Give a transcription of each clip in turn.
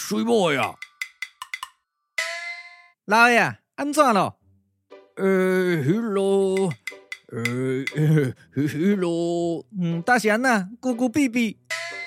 水某呀， 老爷安怎咯？ 迄落，迄落， 大是安那，咕咕哔哔。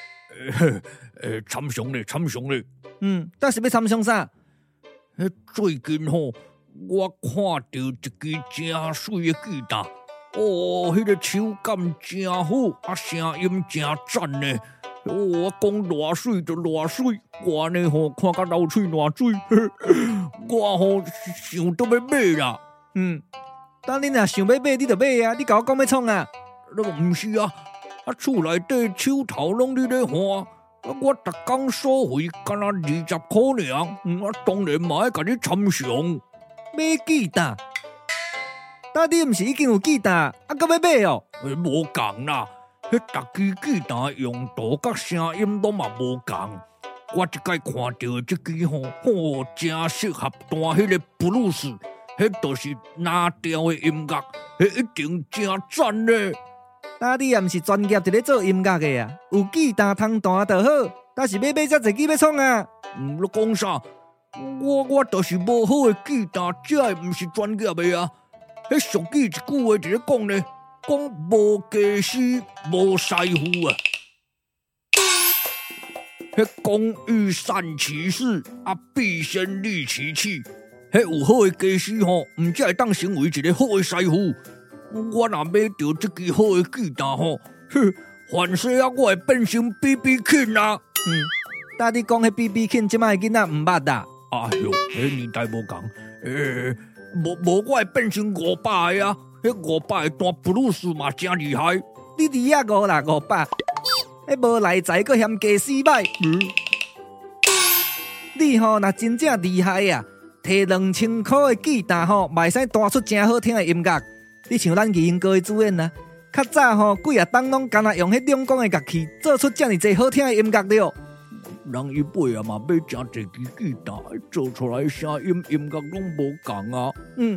参详咧， 大是要参详啥？ 最近吼，我看到一支真水的吉他，迄个手感真好，声音真赞呢。我讲偌水就偌水，我呢吼看甲流嘴烂水，我吼想都要买啦。 当你若想要买，你就买啊！你甲我讲要创啊？ 毋是啊，厝内底手头拢你咧换。我逐工收费敢若20块尔，当然嘛要甲你参详。 买吉他？但你毋是已经有吉他，搁要买哦？ 无共啦，迄逐支吉他用途甲声音拢嘛无共。我即摆看到的即支吼，真适合弹迄个布鲁斯，迄就是蓝调的音乐，迄一定真赞咧。 但你也毋是专业伫咧做音乐的啊，有吉他通弹就好，但是要买遮侪支要创啊？ 你讲啥？我就是无好的吉他，这毋是专业的啊。迄俗语一句话就咧讲咧，讲无技师无师傅啊。迄工欲善其事，必先利其器。迄有好的技师吼，毋才会当成为一个好的师傅。我若买到这支好的吉他吼，凡事我会变成 BB King 啊。 但你讲迄 BB King 即摆的囡仔毋捌啦。 哎哟，迄年代无共，无我会变成500个啊！迄500个弹布鲁斯嘛真厉害。 你205啦500，迄无内在阁嫌加4摆。你若真正厉害啊，摕2000块的吉他嘛会使弹出真好听的音乐。你像咱艺音歌的主演啊，较早几啊档拢干那用迄两光的乐器做出遮尔济好听的音乐了。 人一辈啊嘛买真侪支吉他，做出来声音乐拢无共啊。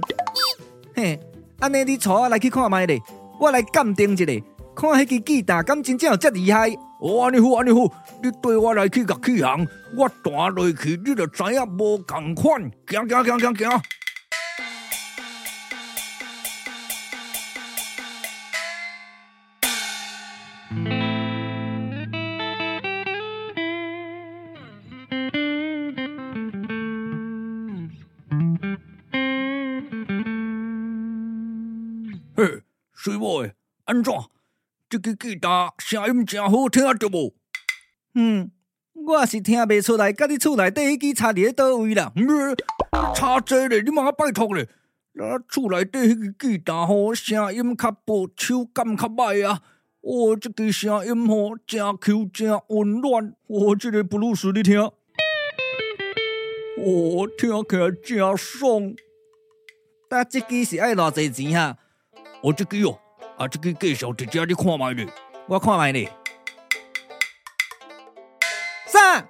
安尼你带我来去看卖咧，我来鉴定一下，看迄支吉他敢真正有遮厉害。 安尼好，你带我来去乐器行，我弹落去你就知影无共款。行。水某诶，安怎？这支吉他声音真好听对无？ 我也是听袂出来，甲你厝内底迄支差伫咧倒位啦。 差济咧，你莫拜托咧。厝内底迄支吉他声音较薄，手感较歹啊。这支声音真 Q 真温暖。这个布鲁斯你听，听起来真爽。 但这支是爱偌济钱哈？ 这支这支介绍直接你看卖咧。 我看卖咧。啥？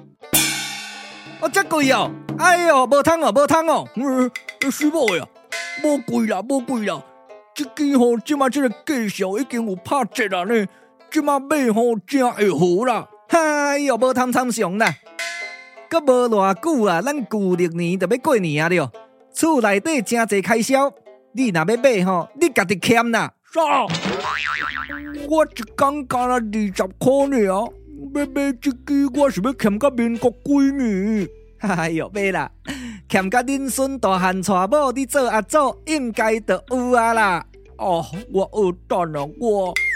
这贵哦！哎哟，无通哦！ 水某呀，无贵啦。这支即马这个介绍已经有拍折啦呢，即马买真会好啦。 哎哟，无通参详啦。阁无偌久啊，咱旧历年就要过年啊了，厝内底真侪开销，你若要买你家己欠啦。 啥？我一工干了20块尔，要买这支我是要欠到民国几年？ 哎哟，买啦，欠甲恁孙大汉娶某，你做阿祖应该就有啊啦。 我学蛋了我。